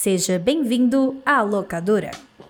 Seja bem-vindo à locadora.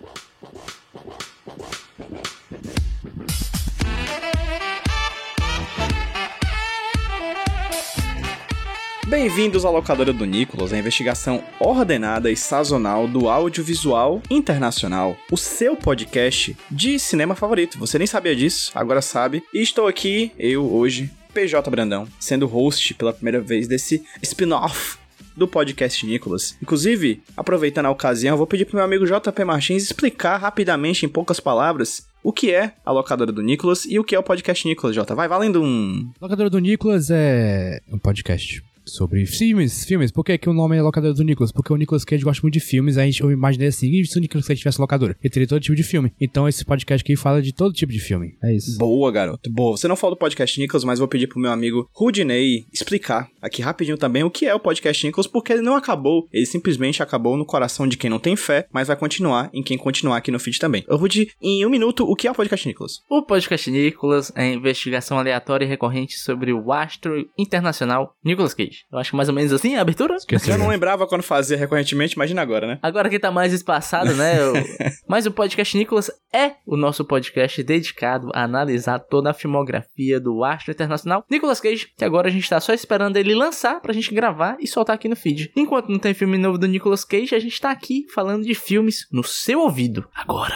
Bem-vindos à locadora do Nicolas, a investigação ordenada e sazonal do audiovisual internacional, o seu podcast de cinema favorito. Você nem sabia disso, agora sabe. E estou aqui, eu hoje, PJ Brandão, sendo host pela primeira vez desse spin-off do podcast Nicolas. Inclusive, aproveitando a ocasião, eu vou pedir pro meu amigo JP Martins explicar rapidamente, em poucas palavras, o que é a locadora do Nicolas e o que é o podcast Nicolas, Jota. Vai valendo um... Locadora do Nicolas é um podcast sobre filmes. Por que o nome é Locadora do Nicolas? Porque o Nicolas Cage gosta muito de filmes, eu imaginei assim, e se o Nicolas Cage tivesse locadora? Ele teria todo tipo de filme. Então esse podcast aqui fala de todo tipo de filme. É isso. Boa, garoto. Boa. Você não falou do podcast Nicolas, mas vou pedir pro meu amigo Rudinei explicar aqui rapidinho também o que é o podcast Nicolas, porque ele não acabou. Ele simplesmente acabou no coração de quem não tem fé, mas vai continuar em quem continuar aqui no feed também. Eu vou dizer em um minuto o que é o podcast Nicolas. O podcast Nicolas é a investigação aleatória e recorrente sobre o astro internacional Nicolas Cage. Eu acho que mais ou menos assim a abertura. Eu não lembrava quando fazia recorrentemente, imagina agora, né? Agora que tá mais espaçado, né? Mas o podcast Nicolas é o nosso podcast dedicado a analisar toda a filmografia do astro internacional Nicolas Cage, que agora a gente tá só esperando ele lançar pra gente gravar e soltar aqui no feed. Enquanto não tem filme novo do Nicolas Cage, a gente tá aqui falando de filmes no seu ouvido. Agora,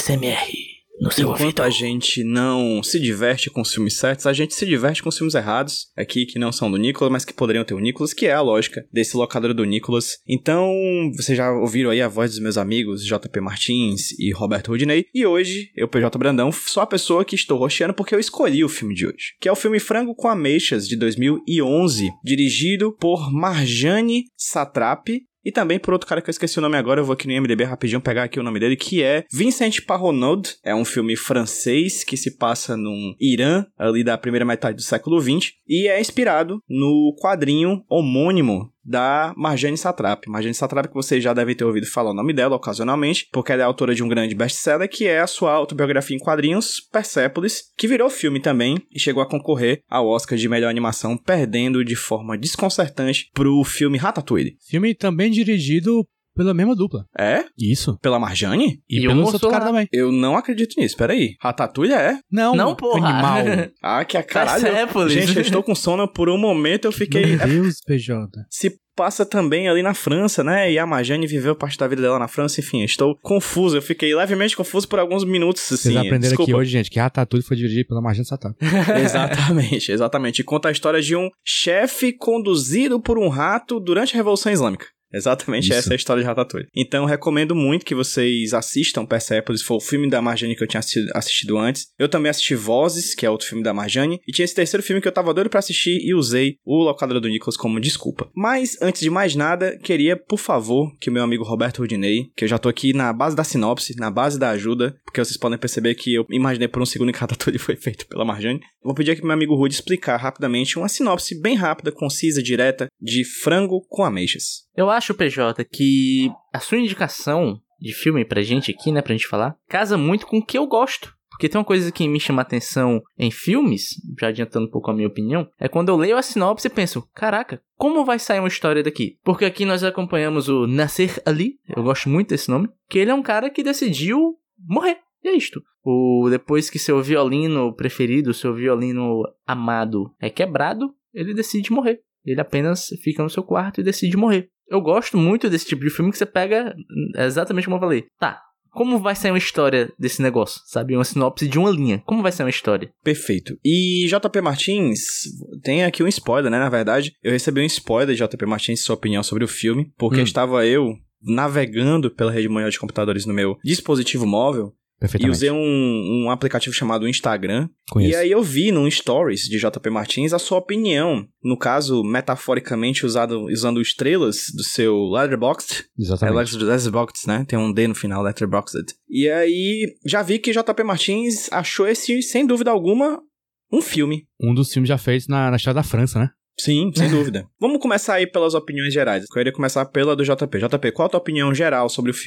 ASMR. Enquanto a gente não se diverte com os filmes certos, a gente se diverte com os filmes errados, aqui que não são do Nicolas, mas que poderiam ter o Nicolas, que é a lógica desse locador do Nicolas. Então, vocês já ouviram aí a voz dos meus amigos JP Martins e Roberto Rudinei, e hoje, eu, PJ Brandão, sou a pessoa que estou rosteando porque eu escolhi o filme de hoje, que é o filme Frango com Ameixas, de 2011, dirigido por Marjane Satrapi, e também por outro cara que eu esqueci o nome agora, eu vou aqui no IMDb rapidinho pegar aqui o nome dele, que é Vincent Parronode. É um filme francês que se passa no Irã, ali da primeira metade do século XX, e é inspirado no quadrinho homônimo da Marjane Satrapi. Marjane Satrapi, que vocês já devem ter ouvido falar o nome dela ocasionalmente, porque ela é autora de um grande best-seller, que é a sua autobiografia em quadrinhos, Persépolis, que virou filme também e chegou a concorrer ao Oscar de melhor animação, perdendo de forma desconcertante pro filme Ratatouille. Filme também dirigido pela mesma dupla. É? Isso. Pela Marjane? E pelo outro cara também. Eu não acredito nisso, peraí. Ratatouille é? Não, porra. Animal. Ah, que a caralho. Persépolis. Gente, eu estou com sono, por um momento eu fiquei... Meu Deus, PJ. Se passa também ali na França, né? E a Marjane viveu parte da vida dela na França, enfim, eu estou confuso. Eu fiquei levemente confuso por alguns minutos, assim. Vocês aprenderam Desculpa. aqui hoje, gente, que Ratatouille foi dirigido pela Marjane Satrapi. Exatamente. E conta a história de um chefe conduzido por um rato durante a Revolução Islâmica. Exatamente, essa é a história de Ratatouille. Então, recomendo muito que vocês assistam Persépolis, foi o filme da Marjane que eu tinha assistido antes. Eu também assisti Vozes, que é outro filme da Marjane, e tinha esse terceiro filme que eu tava doido pra assistir e usei o Locadora do Nicolas como desculpa. Mas, antes de mais nada, queria, por favor, que o meu amigo Roberto Rudinei, que eu já tô aqui na base da sinopse, na base da ajuda, porque vocês podem perceber que eu imaginei por um segundo que Ratatouille foi feito pela Marjane. Vou pedir aqui pro meu amigo Rudy explicar rapidamente uma sinopse bem rápida, concisa, direta, de Frango com Ameixas. Eu acho, PJ, que a sua indicação de filme pra gente aqui, né, pra gente falar, casa muito com o que eu gosto. Porque tem uma coisa que me chama a atenção em filmes, já adiantando um pouco a minha opinião, é quando eu leio a sinopse e penso, caraca, como vai sair uma história daqui? Porque aqui nós acompanhamos o Nasser Ali, eu gosto muito desse nome, que ele é um cara que decidiu morrer. E é isto. Depois que seu violino preferido, seu violino amado é quebrado, ele decide morrer. Ele apenas fica no seu quarto e decide morrer. Eu gosto muito desse tipo de filme que você pega exatamente como eu falei. Tá, como vai sair uma história desse negócio, sabe? Uma sinopse de uma linha. Como vai ser uma história? Perfeito. E JP Martins, tem aqui um spoiler, né? Na verdade, eu recebi um spoiler de JP Martins, sua opinião sobre o filme, porque estava eu navegando pela rede mundial de computadores no meu dispositivo móvel. E usei um aplicativo chamado Instagram. Conheço. E aí eu vi num Stories de JP Martins a sua opinião. No caso, metaforicamente usando estrelas do seu Letterboxd. Exatamente. Letterboxd, né? Tem um D no final, Letterboxd. E aí, já vi que JP Martins achou esse, sem dúvida alguma, um filme. Um dos filmes já feitos na história da França, né? Sim, sem dúvida. Vamos começar aí pelas opiniões gerais. Eu queria começar pela do JP. JP, qual a tua opinião geral sobre o filme?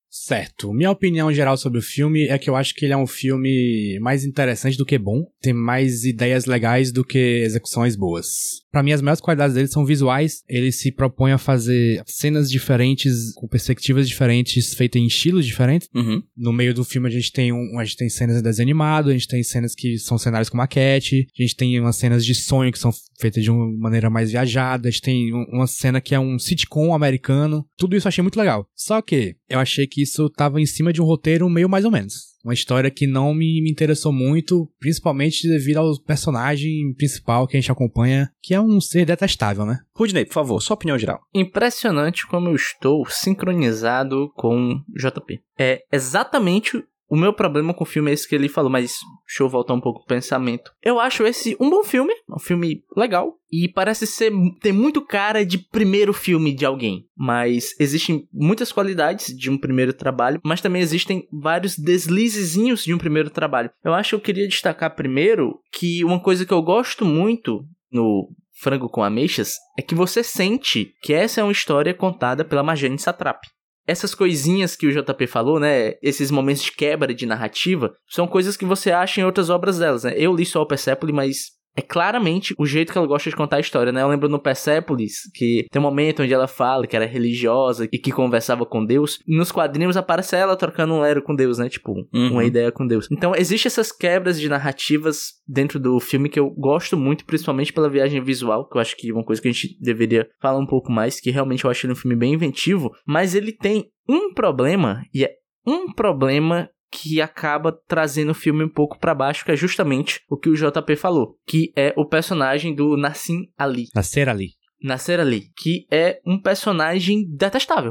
Certo. Minha opinião geral sobre o filme é que eu acho que ele é um filme mais interessante do que bom. Tem mais ideias legais do que execuções boas. Pra mim, as melhores qualidades dele são visuais. Ele se propõe a fazer cenas diferentes, com perspectivas diferentes, feitas em estilos diferentes. Uhum. No meio do filme, a gente tem cenas em desenho animado, a gente tem cenas que são cenários com maquete, a gente tem umas cenas de sonho que são feitas de uma maneira mais viajada, a gente tem uma cena que é um sitcom americano. Tudo isso eu achei muito legal. Só que eu achei que isso tava em cima de um roteiro meio mais ou menos. Uma história que não me interessou muito, principalmente devido ao personagem principal que a gente acompanha, que é um ser detestável, né? Rudney, por favor, sua opinião geral. Impressionante como eu estou sincronizado com JP. É exatamente o meu problema com o filme é esse que ele falou, mas deixa eu voltar um pouco pro pensamento. Eu acho esse um bom filme, um filme legal, e parece ter muito cara de primeiro filme de alguém. Mas existem muitas qualidades de um primeiro trabalho, mas também existem vários deslizezinhos de um primeiro trabalho. Eu acho que eu queria destacar primeiro que uma coisa que eu gosto muito no Frango com Ameixas é que você sente que essa é uma história contada pela Marjane Satrapi. Essas coisinhas que o JP falou, né, esses momentos de quebra de narrativa, são coisas que você acha em outras obras delas, né? Eu li só o Persepolis, mas é claramente o jeito que ela gosta de contar a história, né? Eu lembro no Persepolis que tem um momento onde ela fala que era religiosa e que conversava com Deus. E nos quadrinhos aparece ela trocando um lero com Deus, né? Tipo, uma ideia com Deus. Então, existem essas quebras de narrativas dentro do filme que eu gosto muito, principalmente pela viagem visual, que eu acho que é uma coisa que a gente deveria falar um pouco mais, que realmente eu acho ele um filme bem inventivo, mas ele tem um problema, e é um problema que acaba trazendo o filme um pouco pra baixo, que é justamente o que o JP falou, que é o personagem do Nassim Ali. Nasser Ali, que é um personagem detestável.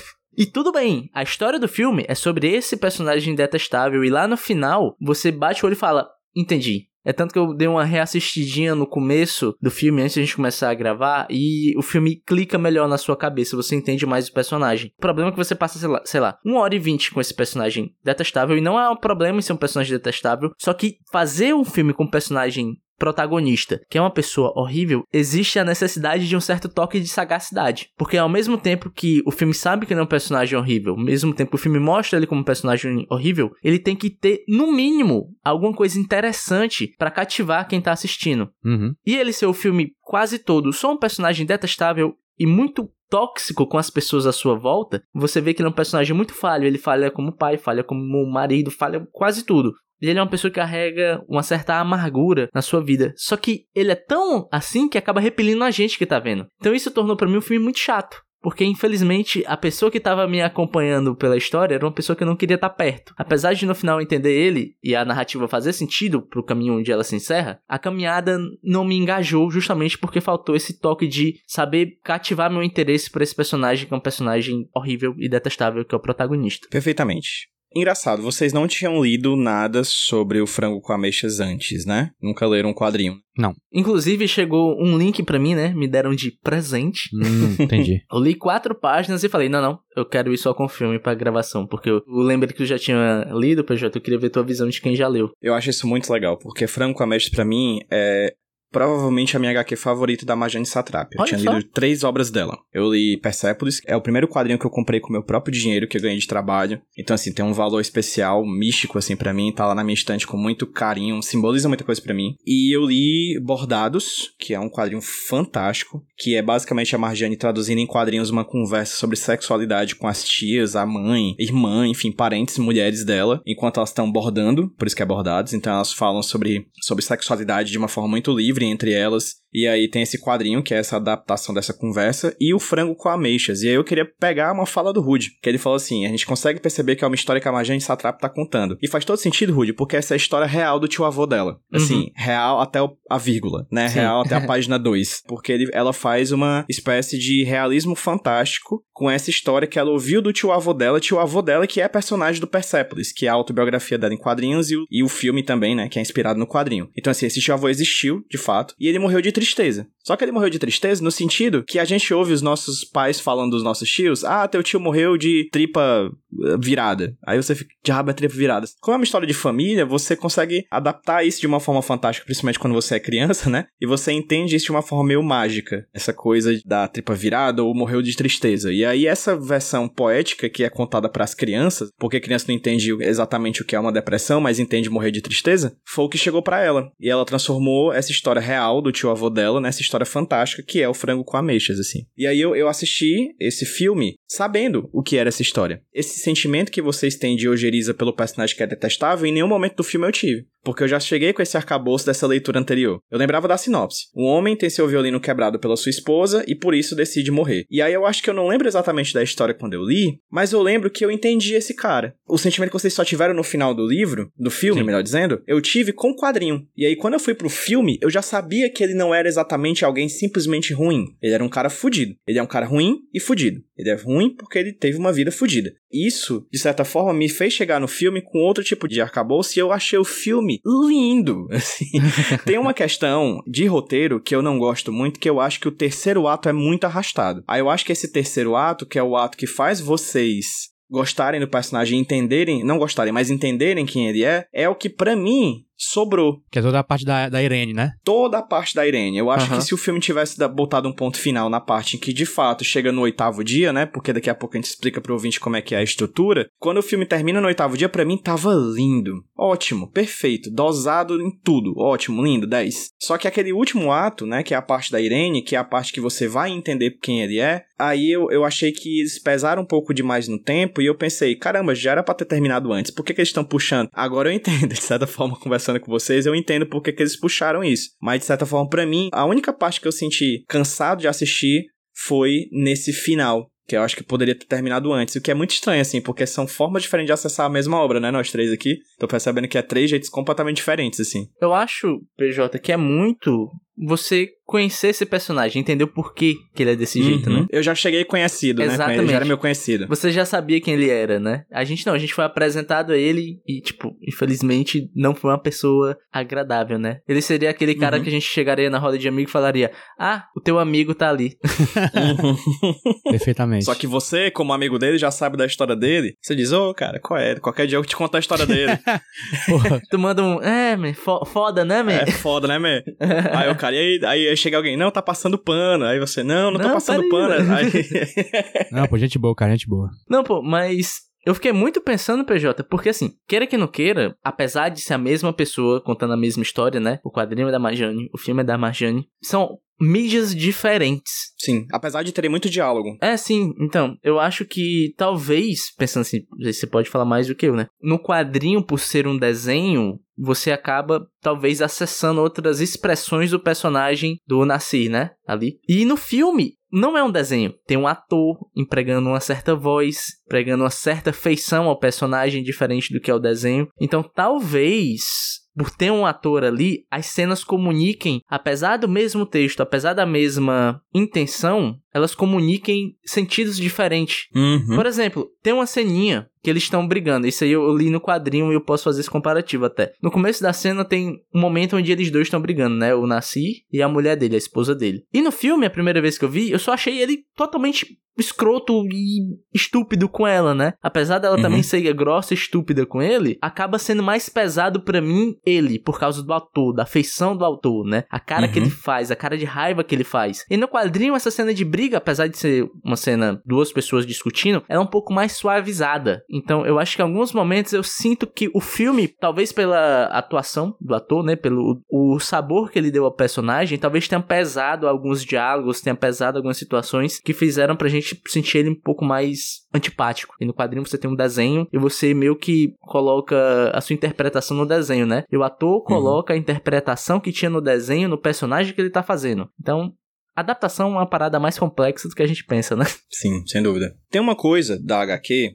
E tudo bem, a história do filme é sobre esse personagem detestável, e lá no final, você bate o olho e fala, entendi. É tanto que eu dei uma reassistidinha no começo do filme, antes de a gente começar a gravar, e o filme clica melhor na sua cabeça, você entende mais o personagem. O problema é que você passa, sei lá, 1h20 com esse personagem detestável, e não é um problema em ser um personagem detestável, só que fazer um filme com um personagem protagonista, que é uma pessoa horrível, existe a necessidade de um certo toque de sagacidade. Porque ao mesmo tempo que o filme sabe que ele é um personagem horrível, ao mesmo tempo que o filme mostra ele como um personagem horrível, ele tem que ter, no mínimo, alguma coisa interessante pra cativar quem tá assistindo. E ele ser o filme quase todo só um personagem detestável e muito tóxico com as pessoas à sua volta, você vê que ele é um personagem muito falho. Ele falha como pai, falha como marido, falha quase tudo. E ele é uma pessoa que carrega uma certa amargura na sua vida. Só que ele é tão assim que acaba repelindo a gente que tá vendo. Então isso tornou pra mim um filme muito chato. Porque, infelizmente, a pessoa que tava me acompanhando pela história era uma pessoa que eu não queria estar perto. Apesar de, no final, entender ele e a narrativa fazer sentido pro caminho onde ela se encerra, a caminhada não me engajou justamente porque faltou esse toque de saber cativar meu interesse por esse personagem, que é um personagem horrível e detestável, que é o protagonista. Perfeitamente. Engraçado, vocês não tinham lido nada sobre o Frango com Ameixas antes, né? Nunca leram um quadrinho. Não. Inclusive, chegou um link pra mim, né? Me deram de presente. Entendi. Eu li 4 páginas e falei, não, eu quero ir só com filme pra gravação, porque eu lembrei que eu já tinha lido, PJ, eu queria ver tua visão de quem já leu. Eu acho isso muito legal, porque Frango com Ameixas, pra mim, é provavelmente a minha HQ favorita da Marjane Satrapi. Eu tinha lido 3 obras dela. Eu li Persepolis, é o primeiro quadrinho que eu comprei com o meu próprio dinheiro, que eu ganhei de trabalho. Então, assim, tem um valor especial, místico, assim, pra mim. Tá lá na minha estante com muito carinho, simboliza muita coisa pra mim. E eu li Bordados, que é um quadrinho fantástico, que é basicamente a Marjane traduzindo em quadrinhos uma conversa sobre sexualidade com as tias, a mãe, irmã, enfim, parentes, mulheres dela, enquanto elas estão bordando, por isso que é Bordados. Então, elas falam sobre sexualidade de uma forma muito livre entre elas. E aí tem esse quadrinho, que é essa adaptação dessa conversa, e o Frango com Ameixas. E aí eu queria pegar uma fala do Rudy, que ele falou assim, a gente consegue perceber que é uma história que a Marjane Satrapi tá contando. E faz todo sentido, Rudy, porque essa é a história real do tio-avô dela. Assim, real até a vírgula, né? Sim. Real até a página 2. Porque ela faz uma espécie de realismo fantástico com essa história que ela ouviu do tio-avô dela que é personagem do Persepolis, que é a autobiografia dela em quadrinhos e o filme também, né? Que é inspirado no quadrinho. Então, assim, esse tio-avô existiu, de fato, e ele morreu de tristeza. Só que ele morreu de tristeza no sentido que a gente ouve os nossos pais falando dos nossos tios, teu tio morreu de tripa virada. Aí você fica, diabo é tripa virada. Como é uma história de família, você consegue adaptar isso de uma forma fantástica, principalmente quando você é criança, né? E você entende isso de uma forma meio mágica. Essa coisa da tripa virada ou morreu de tristeza. E aí essa versão poética que é contada pras crianças, porque a criança não entende exatamente o que é uma depressão, mas entende morrer de tristeza, foi o que chegou pra ela. E ela transformou essa história real do tio-avô dela nessa história fantástica que é o Frango com Ameixas, assim. E aí eu assisti esse filme sabendo o que era essa história. Esse sentimento que vocês têm de ojeriza pelo personagem que é detestável, em nenhum momento do filme eu tive. Porque eu já cheguei com esse arcabouço dessa leitura anterior. Eu lembrava da sinopse. Um homem tem seu violino quebrado pela sua esposa e por isso decide morrer. E aí eu acho que eu não lembro exatamente da história quando eu li, mas eu lembro que eu entendi esse cara. O sentimento que vocês só tiveram no final do livro, do filme, melhor dizendo, eu tive com o quadrinho. E aí quando eu fui pro filme, eu já sabia que ele não era exatamente alguém simplesmente ruim. Ele era um cara fudido. Ele é um cara ruim e fudido. Ele é ruim porque ele teve uma vida fudida. Isso, de certa forma, me fez chegar no filme com outro tipo de arcabouço e eu achei o filme lindo, assim. Tem uma questão de roteiro que eu não gosto muito, que eu acho que o terceiro ato é muito arrastado. Aí eu acho que esse terceiro ato, que é o ato que faz vocês gostarem do personagem e entenderem, não gostarem, mas entenderem quem ele é o que pra mim sobrou. Que é toda a parte da Irene, né? Toda a parte da Irene. Eu acho que se o filme tivesse botado um ponto final na parte em que, de fato, chega no 8º dia, né? Porque daqui a pouco a gente explica pro ouvinte como é que é a estrutura. Quando o filme termina no 8º dia, pra mim, tava lindo. Ótimo, perfeito. Dosado em tudo. Ótimo, lindo, 10. Só que aquele último ato, né? Que é a parte da Irene, que é a parte que você vai entender quem ele é. Aí eu achei que eles pesaram um pouco demais no tempo e eu pensei, caramba, já era pra ter terminado antes. Por que eles estão puxando? Agora eu entendo, de certa forma, conversando com vocês, eu entendo por que eles puxaram isso. Mas, de certa forma, pra mim, a única parte que eu senti cansado de assistir foi nesse final, que eu acho que poderia ter terminado antes, o que é muito estranho, assim, porque são formas diferentes de acessar a mesma obra, né, nós três aqui. Tô percebendo que é 3 jeitos completamente diferentes, assim. Eu acho, PJ, que é muito você conhecer esse personagem, entender o porquê que ele é desse jeito, né? Eu já cheguei conhecido, Exatamente. né? Ele já era meu conhecido. Você já sabia quem ele era, né? A gente foi apresentado a ele e, tipo, infelizmente não foi uma pessoa agradável, né? Ele seria aquele cara que a gente chegaria na roda de amigo e falaria, o teu amigo tá ali. Perfeitamente. Só que você, como amigo dele, já sabe da história dele. Você diz, cara, qual é? Qualquer dia eu te conto a história dele. Tu manda um, foda, né, man? É foda, né, man? Aí o cara, e aí chega alguém, não, tá passando pano. Aí você, não tô passando pano. Aí... Não, pô, gente boa, cara, gente boa. Não, pô, mas eu fiquei muito pensando, PJ, porque assim, queira que não queira, apesar de ser a mesma pessoa contando a mesma história, né? O quadrinho é da Marjane, o filme é da Marjane, são mídias diferentes. Sim, apesar de terem muito diálogo. Sim, então, eu acho que talvez, pensando assim, você pode falar mais do que eu, né? No quadrinho, por ser um desenho, você acaba, talvez, acessando outras expressões do personagem do Nassir, né? Ali. E no filme, não é um desenho. Tem um ator empregando uma certa voz, empregando uma certa feição ao personagem, diferente do que é o desenho. Então, talvez, por ter um ator ali, as cenas comuniquem, apesar do mesmo texto, apesar da mesma intenção, elas comuniquem sentidos diferentes. Por exemplo, tem uma ceninha que eles estão brigando. Isso aí eu li no quadrinho e eu posso fazer esse comparativo até. No começo da cena tem um momento onde eles dois estão brigando, né? O Nassir e a mulher dele, a esposa dele. E no filme, a primeira vez que eu vi, eu só achei ele totalmente escroto e estúpido com ela, né? Apesar dela também ser grossa e estúpida com ele, acaba sendo mais pesado pra mim ele, por causa do autor, da feição do autor, né? A cara que ele faz, a cara de raiva que ele faz. E no quadrinho, essa cena de briga, apesar de ser uma cena, duas pessoas discutindo, ela é um pouco mais suavizada. Então, eu acho que em alguns momentos eu sinto que o filme, talvez pela atuação do ator, né? Pelo o sabor que ele deu ao personagem, talvez tenha pesado alguns diálogos, tenha pesado algumas situações que fizeram pra gente sentir ele um pouco mais antipático. E no quadrinho você tem um desenho e você meio que coloca a sua interpretação no desenho, né? E o ator coloca a interpretação que tinha no desenho no personagem que ele tá fazendo. Então, adaptação é uma parada mais complexa do que a gente pensa, né? Sim, sem dúvida. Tem uma coisa da HQ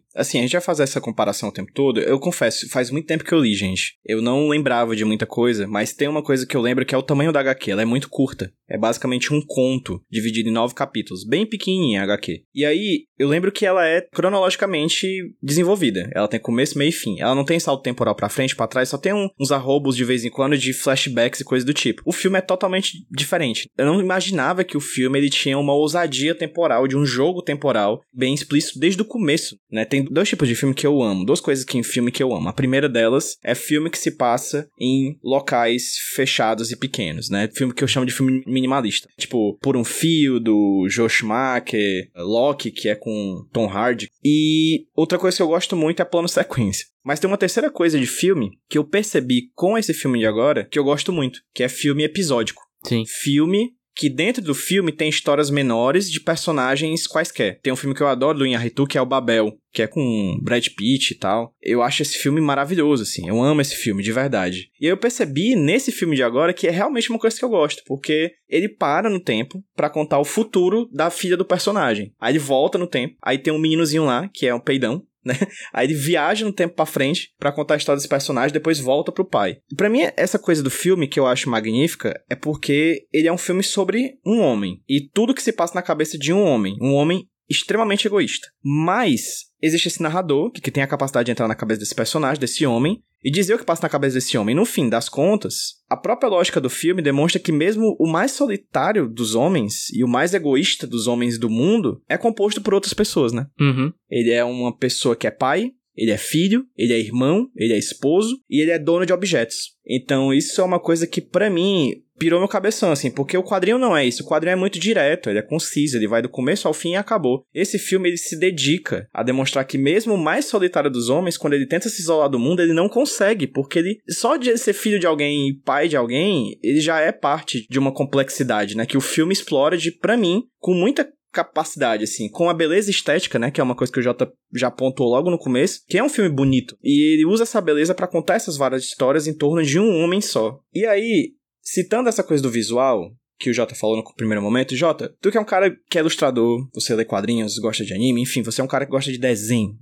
Assim, a gente vai fazer essa comparação o tempo todo. Eu confesso, faz muito tempo que eu li, gente. Eu não lembrava de muita coisa, mas tem uma coisa que eu lembro que é o tamanho da HQ. Ela é muito curta. É basicamente um conto, dividido em 9 capítulos. Bem pequenininha a HQ. E aí, eu lembro que ela é cronologicamente desenvolvida. Ela tem começo, meio e fim. Ela não tem salto temporal pra frente, pra trás, só tem uns arrobos de vez em quando de flashbacks e coisa do tipo. O filme é totalmente diferente. Eu não imaginava que o filme ele tinha uma ousadia temporal, de um jogo temporal bem explícito desde o começo, né? Tem 2 tipos de filme que eu amo, 2 coisas que em filme que eu amo. A primeira delas é filme que se passa em locais fechados e pequenos, né? Filme que eu chamo de filme minimalista. Tipo, Por um Fio, do Joe Schumacher, Loki, que é com Tom Hardy. E outra coisa que eu gosto muito é plano sequência. Mas tem uma terceira coisa de filme que eu percebi com esse filme de agora que eu gosto muito, que é filme episódico. Sim. Filme que dentro do filme tem histórias menores de personagens quaisquer. Tem um filme que eu adoro do Iñárritu, que é o Babel, que é com Brad Pitt e tal. Eu acho esse filme maravilhoso, assim. Eu amo esse filme, de verdade. E eu percebi nesse filme de agora que é realmente uma coisa que eu gosto, porque ele para no tempo pra contar o futuro da filha do personagem. Aí ele volta no tempo, aí tem um meninozinho lá, que é um peidão, né? Aí ele viaja no tempo pra frente pra contar a história desse personagem, depois volta pro pai. E pra mim, essa coisa do filme que eu acho magnífica é porque ele é um filme sobre um homem. E tudo que se passa na cabeça de um homem extremamente egoísta. Mas existe esse narrador que tem a capacidade de entrar na cabeça desse personagem, desse homem, e dizer o que passa na cabeça desse homem. No fim das contas, a própria lógica do filme demonstra que mesmo o mais solitário dos homens e o mais egoísta dos homens do mundo é composto por outras pessoas, né? Uhum. Ele é uma pessoa que é pai, ele é filho, ele é irmão, ele é esposo e ele é dono de objetos. Então isso é uma coisa que pra mim pirou meu cabeção, assim, porque o quadrinho não é isso. O quadrinho é muito direto, ele é conciso, ele vai do começo ao fim e acabou. Esse filme, ele se dedica a demonstrar que mesmo o mais solitário dos homens, quando ele tenta se isolar do mundo, ele não consegue, porque ele, só de ser filho de alguém e pai de alguém, ele já é parte de uma complexidade, né, que o filme explora pra mim, com muita capacidade, assim, com a beleza estética, né, que é uma coisa que o Jota já pontuou logo no começo, que é um filme bonito, e ele usa essa beleza pra contar essas várias histórias em torno de um homem só. E aí, citando essa coisa do visual, que o Jota falou no primeiro momento, Jota, tu que é um cara que é ilustrador, você lê quadrinhos, gosta de anime, enfim, você é um cara que gosta de desenho.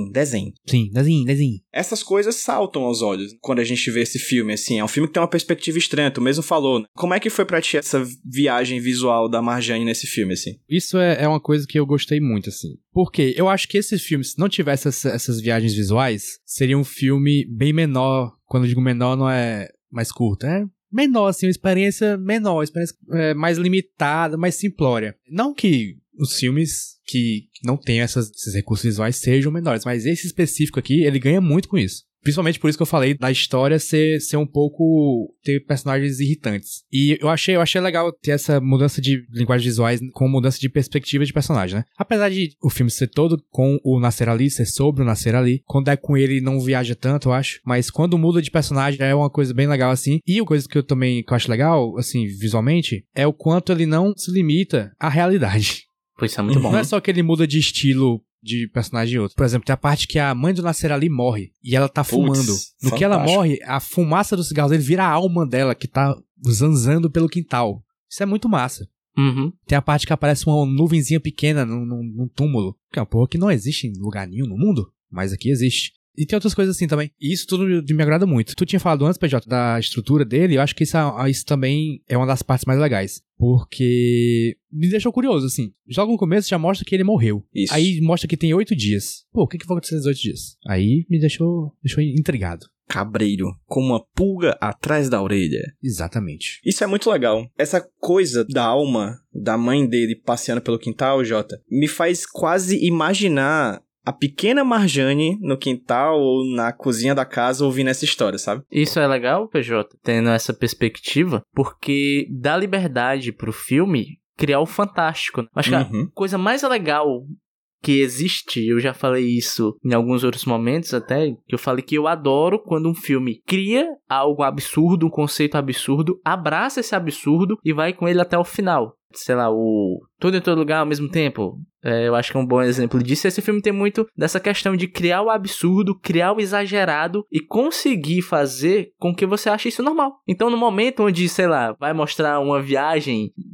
Sim, desenho. Essas coisas saltam aos olhos quando a gente vê esse filme, assim, é um filme que tem uma perspectiva estranha, tu mesmo falou, né? Como é que foi pra ti essa viagem visual da Marjane nesse filme, assim? Isso é uma coisa que eu gostei muito, assim. Porque eu acho que esse filme, se não tivesse essas viagens visuais, seria um filme bem menor. Quando eu digo menor, não é mais curto, é menor, assim, uma experiência menor, uma experiência mais limitada, mais simplória. Não que os filmes que não tenham esses recursos visuais sejam menores, mas esse específico aqui, ele ganha muito com isso. Principalmente por isso que eu falei da história ser um pouco... ter personagens irritantes. E eu achei legal ter essa mudança de linguagens visuais com mudança de perspectiva de personagem, né? Apesar de o filme ser todo com o Nascer Ali, ser sobre o Nascer Ali, quando é com ele não viaja tanto, eu acho. Mas quando muda de personagem é uma coisa bem legal, assim. E uma coisa que eu acho legal, assim, visualmente, é o quanto ele não se limita à realidade. Pois isso é muito bom. Não é só que ele muda de estilo de personagem de outro. Por exemplo, tem a parte que a mãe do Nascer Ali morre e ela tá fumando. No fantástico. que ela morre, a fumaça do cigarro dele vira a alma dela, que tá zanzando pelo quintal. Isso é muito massa. Uhum. Tem a parte que aparece uma nuvenzinha pequena num túmulo. Que é uma porra que não existe em lugar nenhum no mundo, mas aqui existe. E tem outras coisas assim também. E isso tudo me agrada muito. Tu tinha falado antes, PJ, da estrutura dele. Eu acho que isso também é uma das partes mais legais. Porque me deixou curioso, assim. Logo no começo já mostra que ele morreu. Isso. Aí mostra que tem 8 dias. Pô, o que vai acontecer nesses 8 dias? Aí me deixou intrigado. Cabreiro, com uma pulga atrás da orelha. Exatamente. Isso é muito legal. Essa coisa da alma da mãe dele passeando pelo quintal, Jota, me faz quase imaginar a pequena Marjane no quintal ou na cozinha da casa ouvindo essa história, sabe? Isso é legal, PJ, tendo essa perspectiva, porque dá liberdade pro filme criar o fantástico. Acho que a coisa mais legal que existe, eu já falei isso em alguns outros momentos até, que eu falei que eu adoro quando um filme cria algo absurdo, um conceito absurdo, abraça esse absurdo e vai com ele até o final. Sei lá, o Tudo em Todo Lugar ao Mesmo Tempo, eu acho que é um bom exemplo disso. Esse filme tem muito dessa questão de criar o absurdo, criar o exagerado e conseguir fazer com que você ache isso normal. Então, no momento onde, sei lá, vai mostrar uma viagem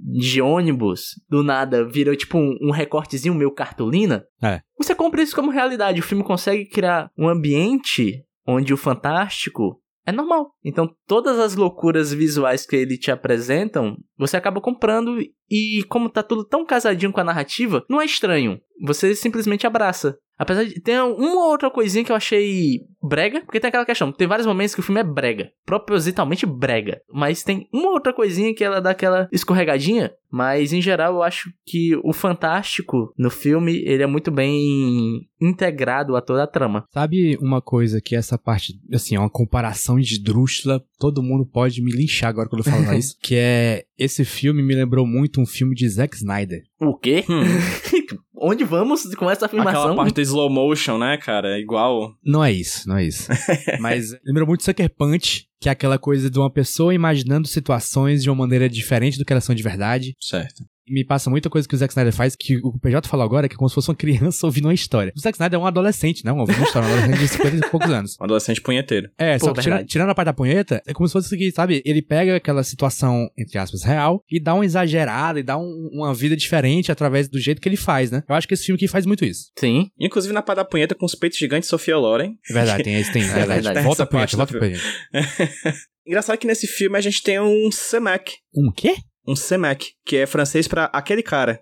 de ônibus, do nada, vira tipo um recortezinho meio cartolina, você compra isso como realidade. O filme consegue criar um ambiente onde o fantástico é normal. Então, todas as loucuras visuais que ele te apresentam, você acaba comprando e como tá tudo tão casadinho com a narrativa, não é estranho. Você simplesmente abraça. Apesar de ter uma ou outra coisinha que eu achei brega, porque tem aquela questão, tem vários momentos que o filme é brega, propositalmente brega, mas tem uma outra coisinha que ela dá aquela escorregadinha, mas em geral eu acho que o fantástico no filme, ele é muito bem integrado a toda a trama. Sabe uma coisa que essa parte, assim, é uma comparação esdrúxula, todo mundo pode me linchar agora quando eu falo isso, que é, esse filme me lembrou muito um filme de Zack Snyder. O quê? Onde vamos com essa afirmação? Aquela parte do slow motion, né, cara? Igual... Não é isso. Mas lembrou muito Sucker Punch, que é aquela coisa de uma pessoa imaginando situações de uma maneira diferente do que elas são de verdade. Certo. E me passa muita coisa que o Zack Snyder faz, que o PJ falou agora, que é como se fosse uma criança ouvindo uma história. O Zack Snyder é um adolescente, não? Ouvindo uma história, um adolescente de 50 e poucos anos. Um adolescente punheteiro. Só que tirando a parte da punheta, é como se fosse o seguinte, sabe? Ele pega aquela situação, entre aspas, real, e dá uma exagerada, e dá uma vida diferente através do jeito que ele faz, né? Eu acho que esse filme aqui faz muito isso. Sim. Inclusive na parte da punheta com os peitos gigantes de Sofia Loren. É verdade, tem. É verdade. Volta pra gente. Engraçado que nesse filme a gente tem um Semek. Um quê? Um Semek, que é francês pra aquele cara.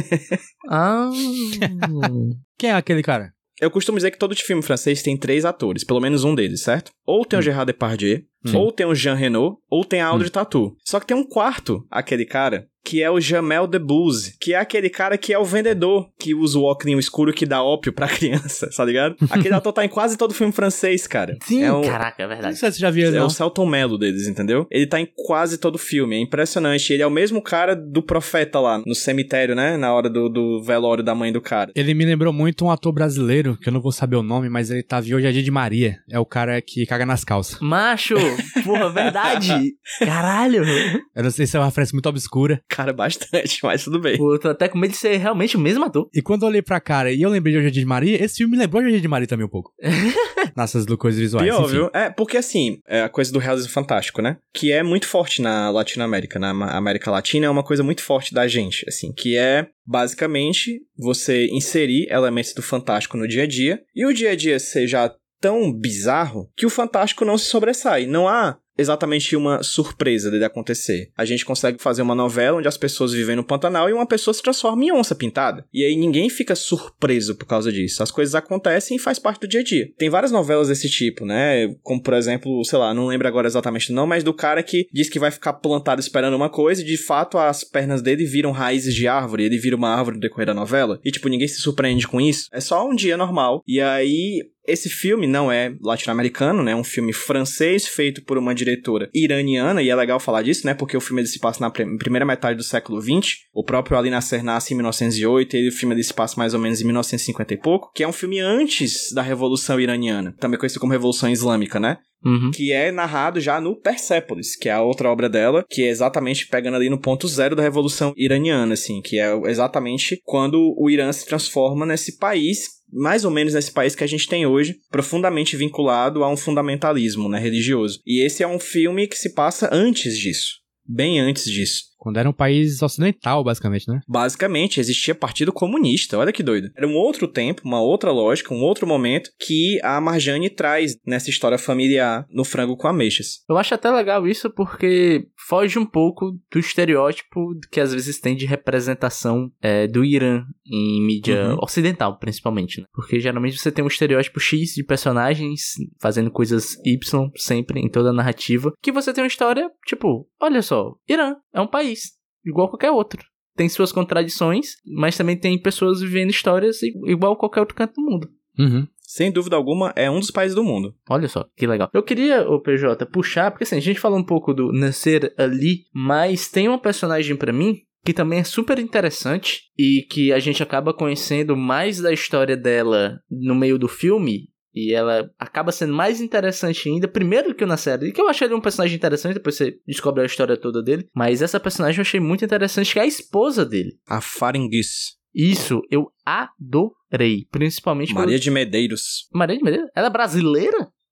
Quem é aquele cara? Eu costumo dizer que todo filme francês tem 3 atores, pelo menos um deles, certo? Ou tem o Gerard Depardieu, ou tem o Jean Reno, ou tem a Audrey Tautou. Só que tem um quarto, aquele cara, que é o Jamel Debbouze, que é aquele cara que é o vendedor que usa o óculos escuro que dá ópio pra criança, tá ligado? Aquele ator tá em quase todo filme francês, cara. Sim, caraca, é verdade. Não sei se você já viu ele, É não. o Selton Mello deles, entendeu? Ele tá em quase todo filme, é impressionante. Ele é o mesmo cara do Profeta lá, no cemitério, né? Na hora do velório da mãe do cara. Ele me lembrou muito um ator brasileiro, que eu não vou saber o nome, mas ele tava em Hoje é Dia de Maria. É o cara que caga nas calças. Macho! Porra, verdade! Caralho! Eu não sei se é uma referência muito obscura. Cara, bastante, mas tudo bem. Eu tô até com medo de ser realmente o mesmo ator. E quando eu olhei pra cara e eu lembrei de Hoje é Dia de Maria, esse filme me lembrou de Hoje é Dia de Maria também um pouco. Nessas coisas visuais. Pior, enfim. viu? É, porque assim, é a coisa do realismo fantástico, né? Que é muito forte na Latinoamérica, na América Latina, é uma coisa muito forte da gente, assim, que é, basicamente, você inserir elementos do fantástico no dia a dia, e o dia a dia seja tão bizarro que o fantástico não se sobressai. Não há exatamente uma surpresa dele acontecer. A gente consegue fazer uma novela onde as pessoas vivem no Pantanal e uma pessoa se transforma em onça pintada. E aí ninguém fica surpreso por causa disso. As coisas acontecem e faz parte do dia a dia. Tem várias novelas desse tipo, né? Como, por exemplo, sei lá, não lembro agora exatamente não, mas do cara que diz que vai ficar plantado esperando uma coisa e de fato as pernas dele viram raízes de árvore, ele vira uma árvore no decorrer da novela. E tipo, ninguém se surpreende com isso. É só um dia normal. E aí... Esse filme não é latino-americano, né? É um filme francês feito por uma diretora iraniana, e é legal falar disso, né? Porque o filme ele se passa na primeira metade do século XX. O próprio Ali Nasser nasce em 1908, e o filme ele se passa mais ou menos em 1950 e pouco, que é um filme antes da Revolução Iraniana, também conhecido como Revolução Islâmica, né? Que é narrado já no Persépolis, que é a outra obra dela, que é exatamente pegando ali no ponto zero da Revolução Iraniana, assim, que é exatamente quando o Irã se transforma nesse país, mais ou menos nesse país que a gente tem hoje, profundamente vinculado a um fundamentalismo, né, religioso. E esse é um filme que se passa antes disso, bem antes disso. Quando era um país ocidental, basicamente, né? Basicamente, existia Partido Comunista, olha que doido. Era um outro tempo, uma outra lógica, um outro momento que a Marjane traz nessa história familiar no Frango com Ameixas. Eu acho até legal isso porque foge um pouco do estereótipo que às vezes tem de representação do Irã em mídia ocidental, principalmente, né? Porque geralmente você tem um estereótipo X de personagens fazendo coisas Y sempre em toda a narrativa, que você tem uma história, tipo, olha só, Irã é um país igual qualquer outro. Tem suas contradições, mas também tem pessoas vivendo histórias igual qualquer outro canto do mundo. Sem dúvida alguma, é um dos países do mundo. Olha só, que legal. Eu queria, o PJ, puxar, porque assim, a gente falou um pouco do Nasser Ali, mas tem uma personagem pra mim que também é super interessante e que a gente acaba conhecendo mais da história dela no meio do filme. E ela acaba sendo mais interessante ainda, primeiro que o Nasser Ali, que eu achei ele um personagem interessante, depois você descobre a história toda dele. Mas essa personagem eu achei muito interessante, que é a esposa dele. A Farengues. Isso, eu adorei. Principalmente... Maria de Medeiros. Maria de Medeiros? Ela é brasileira?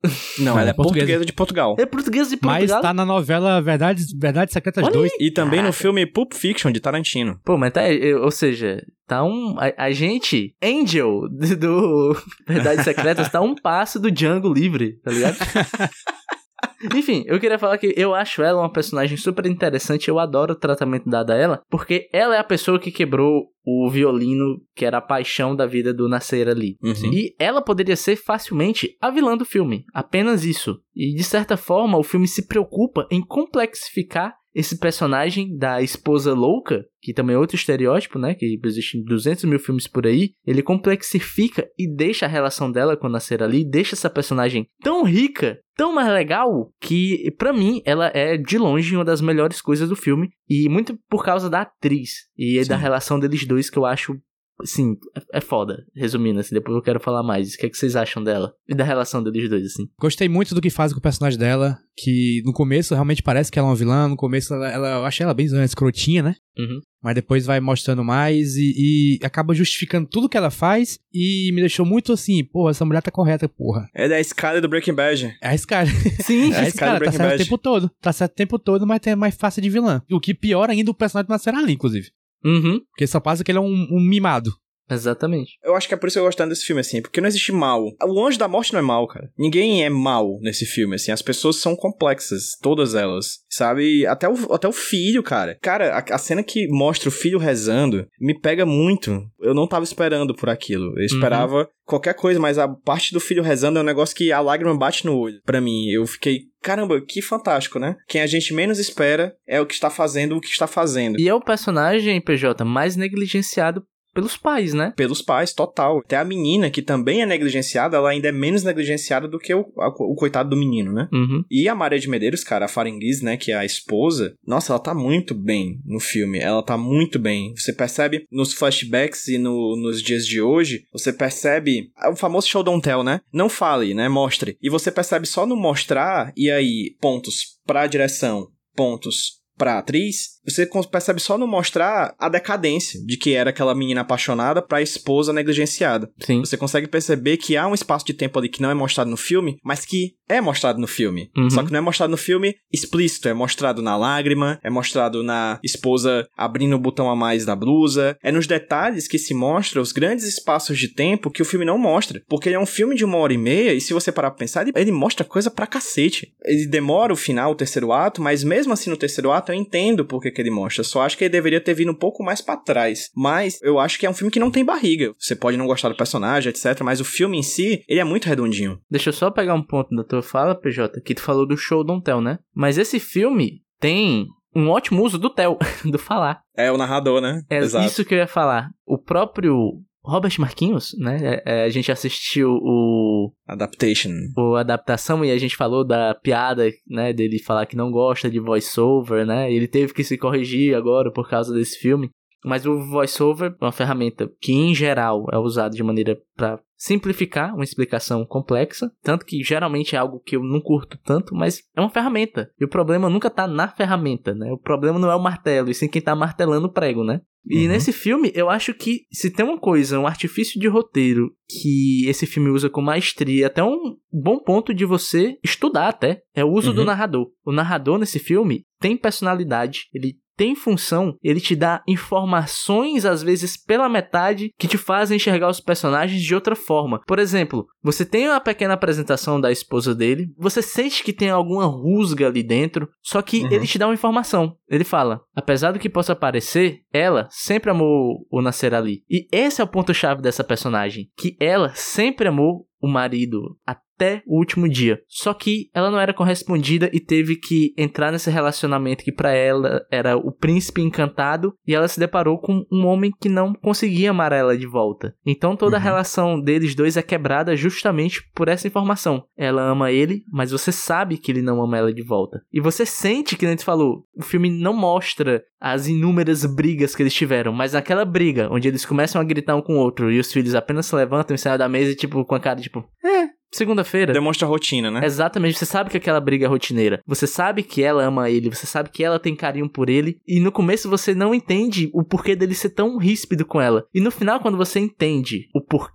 Não, ela é portuguesa de Portugal. É portuguesa de Portugal? Mas tá na novela Verdades Secretas 2. E também no filme Pulp Fiction, de Tarantino. Pô, mas tá... Ou seja, tá a gente, Angel, do Verdades Secretas, tá um passo do Django Livre, tá ligado? Enfim, eu queria falar que eu acho ela uma personagem super interessante, eu adoro o tratamento dado a ela, porque ela é a pessoa que quebrou o violino, que era a paixão da vida do Nasser Ali. Uhum. E ela poderia ser facilmente a vilã do filme, apenas isso. E de certa forma, o filme se preocupa em complexificar esse personagem da esposa louca, que também é outro estereótipo, né, que existem 200 mil filmes por aí, ele complexifica e deixa a relação dela com a Nasser Ali, deixa essa personagem tão rica, tão mais legal, que pra mim ela é de longe uma das melhores coisas do filme, e muito por causa da atriz e da relação deles dois, que eu acho, assim, é foda, resumindo, assim, depois eu quero falar mais. O que é que vocês acham dela? E da relação deles dois, assim? Gostei muito do que faz com o personagem dela, que no começo realmente parece que ela é uma vilã, no começo eu achei ela bem escrotinha, né? Uhum. Mas depois vai mostrando mais e acaba justificando tudo que ela faz e me deixou muito assim, porra, essa mulher tá correta, porra. É da Skyler do Breaking Bad. É a Skyler. Sim, É a Skyler, tá certo o tempo todo. Tá certo o tempo todo, mas é mais fácil de vilã. O que pior ainda o personagem do Nasser Ali, inclusive. Uhum. Porque só passa que ele é um mimado. Exatamente. Eu acho que é por isso que eu gosto desse filme, assim, porque não existe mal. O Anjo da Morte não é mal, cara. Ninguém é mal nesse filme, assim, as pessoas são complexas, todas elas, sabe? Até o filho, cara. Cara, a cena que mostra o filho rezando me pega muito. Eu não tava esperando por aquilo. Eu esperava qualquer coisa, mas a parte do filho rezando é um negócio que a lágrima bate no olho. Pra mim, eu fiquei... Caramba, que fantástico, né? Quem a gente menos espera é o que está fazendo o que está fazendo. E é o personagem, PJ, mais negligenciado pelos pais, né? Pelos pais, total. Até a menina, que também é negligenciada, ela ainda é menos negligenciada do que o coitado do menino, né? Uhum. E a Maria de Medeiros, cara, a Farenguiz, né, que é a esposa, nossa, ela tá muito bem no filme. Ela tá muito bem. Você percebe nos flashbacks e nos dias de hoje, você percebe o famoso show don't tell, né? Não fale, né? Mostre. E você percebe só no mostrar, e aí, pontos pra direção, pontos pra atriz, você percebe só no mostrar a decadência de que era aquela menina apaixonada pra esposa negligenciada. Sim. Você consegue perceber que há um espaço de tempo ali que não é mostrado no filme, mas que é mostrado no filme. Uhum. Só que não é mostrado no filme explícito, é mostrado na lágrima, é mostrado na esposa abrindo o botão a mais da blusa, é nos detalhes que se mostra os grandes espaços de tempo que o filme não mostra. Porque ele é um filme de 1h30 e se você parar pra pensar, ele mostra coisa pra cacete. Ele demora o final, o terceiro ato, mas mesmo assim no terceiro ato eu entendo por que ele mostra. Só acho que ele deveria ter vindo um pouco mais pra trás. Mas eu acho que é um filme que não tem barriga. Você pode não gostar do personagem, etc. Mas o filme em si, ele é muito redondinho. Deixa eu só pegar um ponto da tua fala, PJ, que tu falou do show don't tell, né? Mas esse filme tem um ótimo uso do tell, do falar. É o narrador, né? É Exato. isso que eu ia falar. O próprio Robert Marquinhos, né? A gente assistiu a adaptação e a gente falou da piada, né? Dele falar que não gosta de voice-over, né? Ele teve que se corrigir agora por causa desse filme. Mas o voice-over é uma ferramenta que, em geral, é usada de maneira para simplificar uma explicação complexa. Tanto que, geralmente, é algo que eu não curto tanto, mas é uma ferramenta. E o problema nunca tá na ferramenta, né? O problema não é o martelo, e sim quem tá martelando o prego, né? E nesse filme, eu acho que se tem uma coisa, um artifício de roteiro que esse filme usa com maestria, até um bom ponto de você estudar até, é o uso do narrador. O narrador nesse filme tem personalidade, ele tem função, ele te dá informações, às vezes pela metade, que te fazem enxergar os personagens de outra forma. Por exemplo, você tem uma pequena apresentação da esposa dele, você sente que tem alguma rusga ali dentro, só que ele te dá uma informação. Ele fala, apesar do que possa parecer, ela sempre amou o Nasser Ali. E esse é o ponto-chave dessa personagem, que ela sempre amou o marido até o último dia. Só que ela não era correspondida e teve que entrar nesse relacionamento que pra ela era o príncipe encantado e ela se deparou com um homem que não conseguia amar ela de volta. Então toda a relação deles dois é quebrada justamente por essa informação. Ela ama ele, mas você sabe que ele não ama ela de volta. E você sente que, a gente falou, o filme não mostra as inúmeras brigas que eles tiveram, mas naquela briga onde eles começam a gritar um com o outro e os filhos apenas se levantam e saem da mesa e tipo, com a cara tipo, segunda-feira. Demonstra a rotina, né? Exatamente, você sabe que aquela briga é rotineira. Você sabe que ela ama ele, você sabe que ela tem carinho por ele. E no começo você não entende o porquê dele ser tão ríspido com ela. E no final, quando você entende o porquê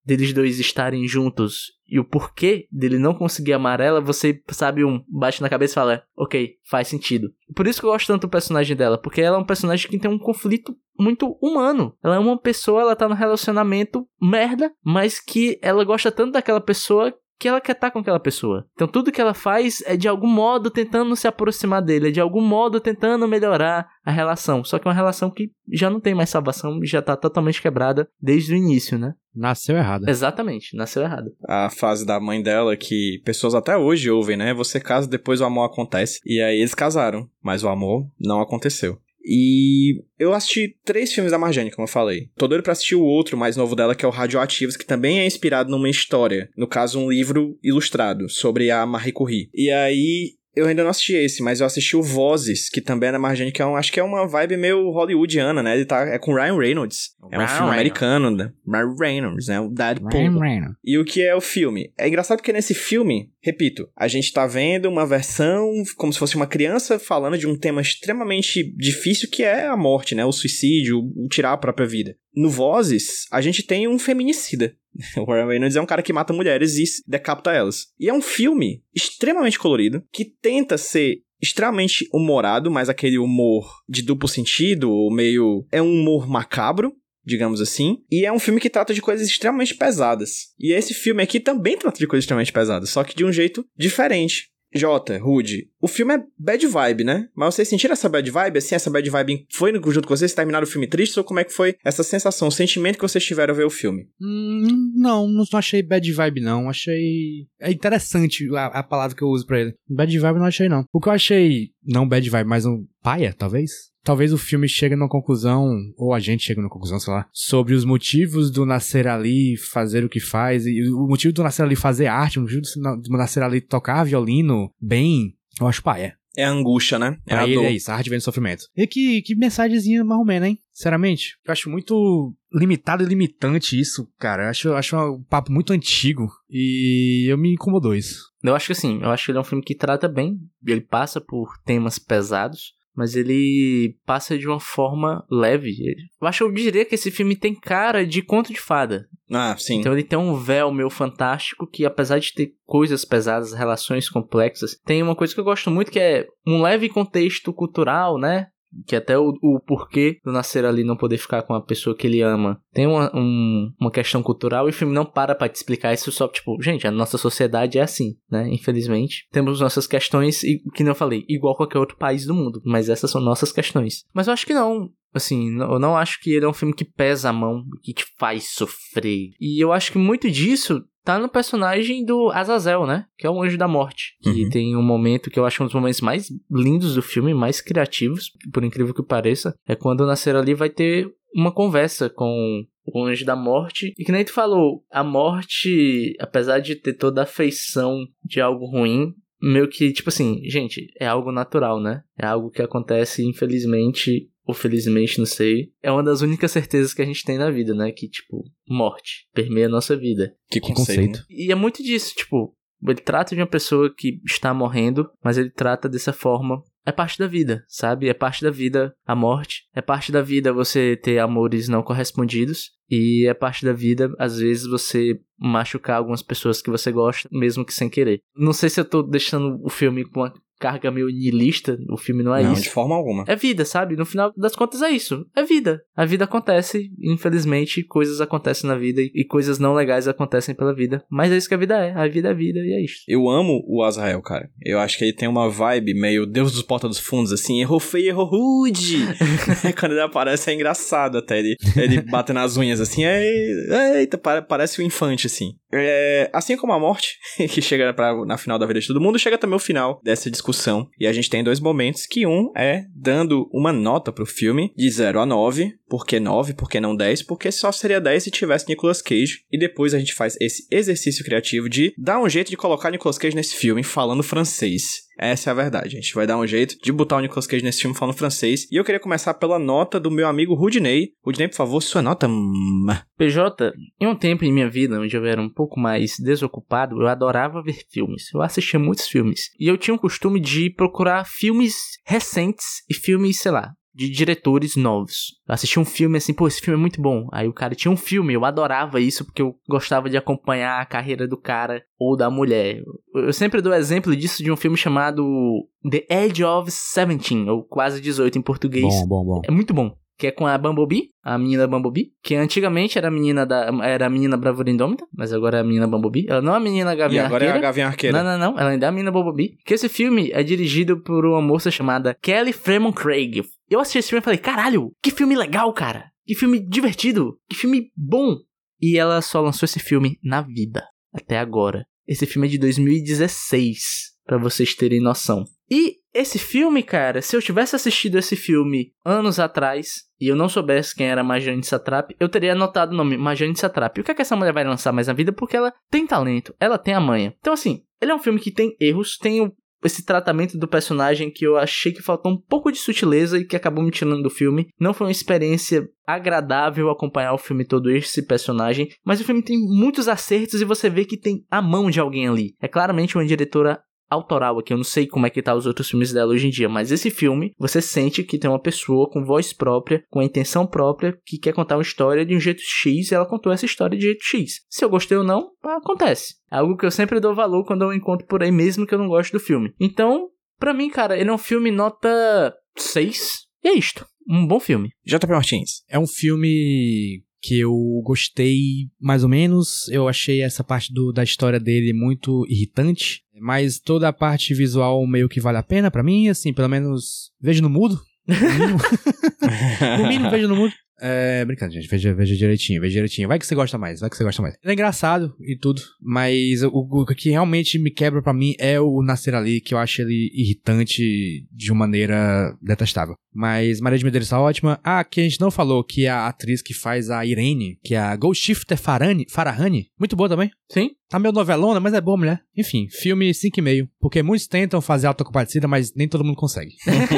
deles dois estarem juntos e o porquê dele não conseguir amar ela, você sabe, bate na cabeça e fala, ok, faz sentido. Por isso que eu gosto tanto do personagem dela, porque ela é um personagem que tem um conflito muito humano. Ela é uma pessoa, ela tá num relacionamento merda, mas que ela gosta tanto daquela pessoa que ela quer estar com aquela pessoa. Então tudo que ela faz é de algum modo tentando se aproximar dele, é de algum modo tentando melhorar a relação. Só que é uma relação que já não tem mais salvação, já tá totalmente quebrada desde o início, né? Nasceu errado. Exatamente, nasceu errado. A frase da mãe dela que pessoas até hoje ouvem, né? Você casa, depois o amor acontece. E aí eles casaram, mas o amor não aconteceu. E eu assisti 3 filmes da Marjane, como eu falei. Tô doido pra assistir o outro mais novo dela, que é o Radioativos, que também é inspirado numa história. No caso, um livro ilustrado sobre a Marie Curie. E aí, eu ainda não assisti esse, mas eu assisti o Vozes, que também é da Marjane, que acho que é uma vibe meio hollywoodiana, né? Ele é com Ryan Reynolds. É um filme americano, né? Ryan Reynolds, né? O Deadpool. E o que é o filme? É engraçado porque nesse filme, repito, a gente tá vendo uma versão como se fosse uma criança falando de um tema extremamente difícil que é a morte, né? O suicídio, o tirar a própria vida. No Vozes, a gente tem um feminicida. O Ryan Reynolds é um cara que mata mulheres e decapita elas. E é um filme extremamente colorido, que tenta ser extremamente humorado, mas aquele humor de duplo sentido, meio... é um humor macabro, digamos assim. E é um filme que trata de coisas extremamente pesadas. E esse filme aqui também trata de coisas extremamente pesadas, só que de um jeito diferente. Jota, Rude, o filme é bad vibe, né? Mas vocês sentiram essa bad vibe? Assim, essa bad vibe foi junto com vocês? Terminaram o filme triste? Ou como é que foi essa sensação, o sentimento que vocês tiveram ao ver o filme? Não achei bad vibe, não. Achei... É interessante a palavra que eu uso pra ele. Bad vibe não achei, não. O que eu achei, não bad vibe, mas um paia, talvez? Talvez o filme chegue numa conclusão, ou a gente chegue numa conclusão, sei lá, sobre os motivos do Nasser Ali fazer o que faz, e o motivo do Nasser Ali fazer arte, o motivo do Nasser Ali tocar violino bem, eu acho paia. É a angústia, né? É a dor. É isso, a arte vem do sofrimento. E que mensagenzinha mais ou menos, hein? Sinceramente, eu acho muito limitado e limitante isso, cara. Eu acho um papo muito antigo e me incomodou isso. Eu acho que assim, ele é um filme que trata bem, ele passa por temas pesados, mas ele passa de uma forma leve. Eu diria que esse filme tem cara de conto de fada. Ah, sim. Então ele tem um véu meio fantástico que, apesar de ter coisas pesadas, relações complexas, tem uma coisa que eu gosto muito, que é um leve contexto cultural, né? Que até o porquê do Nasser Ali não poder ficar com a pessoa que ele ama tem uma questão cultural, e o filme não para pra te explicar isso, só tipo, gente, a nossa sociedade é assim, né? Infelizmente, temos nossas questões, e que não falei, igual qualquer outro país do mundo, mas essas são nossas questões. Mas eu acho que não. Assim, eu não acho que ele é um filme que pesa a mão, que te faz sofrer. E eu acho que muito disso tá no personagem do Azazel, né? Que é o Anjo da Morte. Que tem um momento que eu acho um dos momentos mais lindos do filme, mais criativos, por incrível que pareça. É quando o Nasser Ali vai ter uma conversa com o Anjo da Morte. E que nem tu falou, a morte, apesar de ter toda a feição de algo ruim, meio que, tipo assim, gente, é algo natural, né? É algo que acontece, infelizmente, ou felizmente, não sei. É uma das únicas certezas que a gente tem na vida, né? Que, tipo, morte permeia a nossa vida. Que conceito. E é muito disso, tipo, ele trata de uma pessoa que está morrendo, mas ele trata dessa forma. É parte da vida, sabe? É parte da vida a morte. É parte da vida você ter amores não correspondidos. E é parte da vida, às vezes, você machucar algumas pessoas que você gosta, mesmo que sem querer. Não sei se eu tô deixando o filme com uma carga meio niilista, o filme não é isso. Não, de forma alguma. É vida, sabe? No final das contas é isso. É vida. A vida acontece, infelizmente, coisas acontecem na vida e coisas não legais acontecem pela vida. Mas é isso que a vida é. A vida é vida e é isso. Eu amo o Azael, cara. Eu acho que ele tem uma vibe meio Deus dos Porta dos Fundos, assim, errou feio, errou rude. Quando ele aparece é engraçado até, ele bate nas unhas assim, eita, parece um infante, assim. Assim como a morte, que chega na final da vida de todo mundo, chega também o final dessa discussão. E a gente tem 2 momentos, que um é dando uma nota pro filme de 0 a 9. Por que 9? Por que não 10? Porque só seria 10 se tivesse Nicolas Cage. E depois a gente faz esse exercício criativo de dar um jeito de colocar Nicolas Cage nesse filme falando francês. Essa é a verdade. A gente vai dar um jeito de botar o Nicolas Cage nesse filme falando francês. E eu queria começar pela nota do meu amigo Rudinei. Rudinei, por favor, sua nota. PJ, em um tempo em minha vida onde eu era um pouco mais desocupado, eu adorava ver filmes. Eu assistia muitos filmes. E eu tinha o costume de procurar filmes recentes e filmes, sei lá, de diretores novos. Eu assisti um filme assim, pô, esse filme é muito bom. Aí o cara tinha um filme, eu adorava isso porque eu gostava de acompanhar a carreira do cara ou da mulher. Eu sempre dou exemplo disso de um filme chamado The Age of 17, ou quase 18 em português. Bom. É muito bom. Que é com a Bumblebee, a menina Bumblebee, que antigamente era a menina Bravura Indômita, mas agora é a menina Bumblebee. Ela não é a menina Gavião Arqueira. E agora é a Gavião Arqueira. Não, ela ainda é a menina Bumblebee. Que esse filme é dirigido por uma moça chamada Kelly Fremon Craig. Eu assisti esse filme e falei, caralho, que filme legal, cara. Que filme divertido, que filme bom. E ela só lançou esse filme na vida, até agora. Esse filme é de 2016, pra vocês terem noção. E esse filme, cara, se eu tivesse assistido esse filme anos atrás e eu não soubesse quem era Marjane Satrapi, eu teria anotado o nome, Marjane Satrapi. O que é que essa mulher vai lançar mais na vida? Porque ela tem talento, ela tem a manha. Então, assim, ele é um filme que tem erros, tem esse tratamento do personagem que eu achei que faltou um pouco de sutileza e que acabou me tirando do filme. Não foi uma experiência agradável acompanhar o filme todo esse personagem, mas o filme tem muitos acertos e você vê que tem a mão de alguém ali. É claramente uma diretora autoral aqui, eu não sei como é que tá os outros filmes dela hoje em dia, mas esse filme, você sente que tem uma pessoa com voz própria, com a intenção própria, que quer contar uma história de um jeito X, e ela contou essa história de jeito X. Se eu gostei ou não, acontece. É algo que eu sempre dou valor quando eu encontro por aí, mesmo que eu não goste do filme. Então, pra mim, cara, ele é um filme nota 6, e é isto. Um bom filme. JP Martins. É um filme que eu gostei mais ou menos. Eu achei essa parte da história dele muito irritante, mas toda a parte visual meio que vale a pena pra mim, assim, pelo menos vejo no mudo. No mínimo vejo no mudo. Brincadeira, gente, veja direitinho. Vai que você gosta mais. Ele é engraçado e tudo, mas o que realmente me quebra pra mim é o Nascer Ali, que eu acho ele irritante de uma maneira detestável. Mas Maria de Medeiros tá ótima. Que a gente não falou, que é a atriz que faz a Irene, que é a Golshifter Farahani, muito boa também. Sim. Tá meio novelona, mas é boa, mulher. Enfim, filme 5,5. Porque muitos tentam fazer autocompadecida, mas nem todo mundo consegue.